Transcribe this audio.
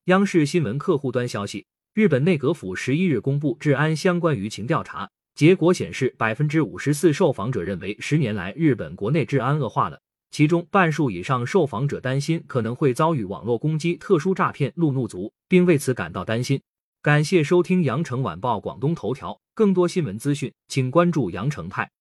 央视新闻客户端消息，日本内阁府11日公布治安相关舆情调查，结果显示 54% 受访者认为10年来日本国内治安恶化了，其中半数以上受访者担心可能会遭遇网络攻击、特殊诈骗、路怒族，并为此感到担心。感谢收听羊城晚报广东头条，更多新闻资讯请关注羊城派。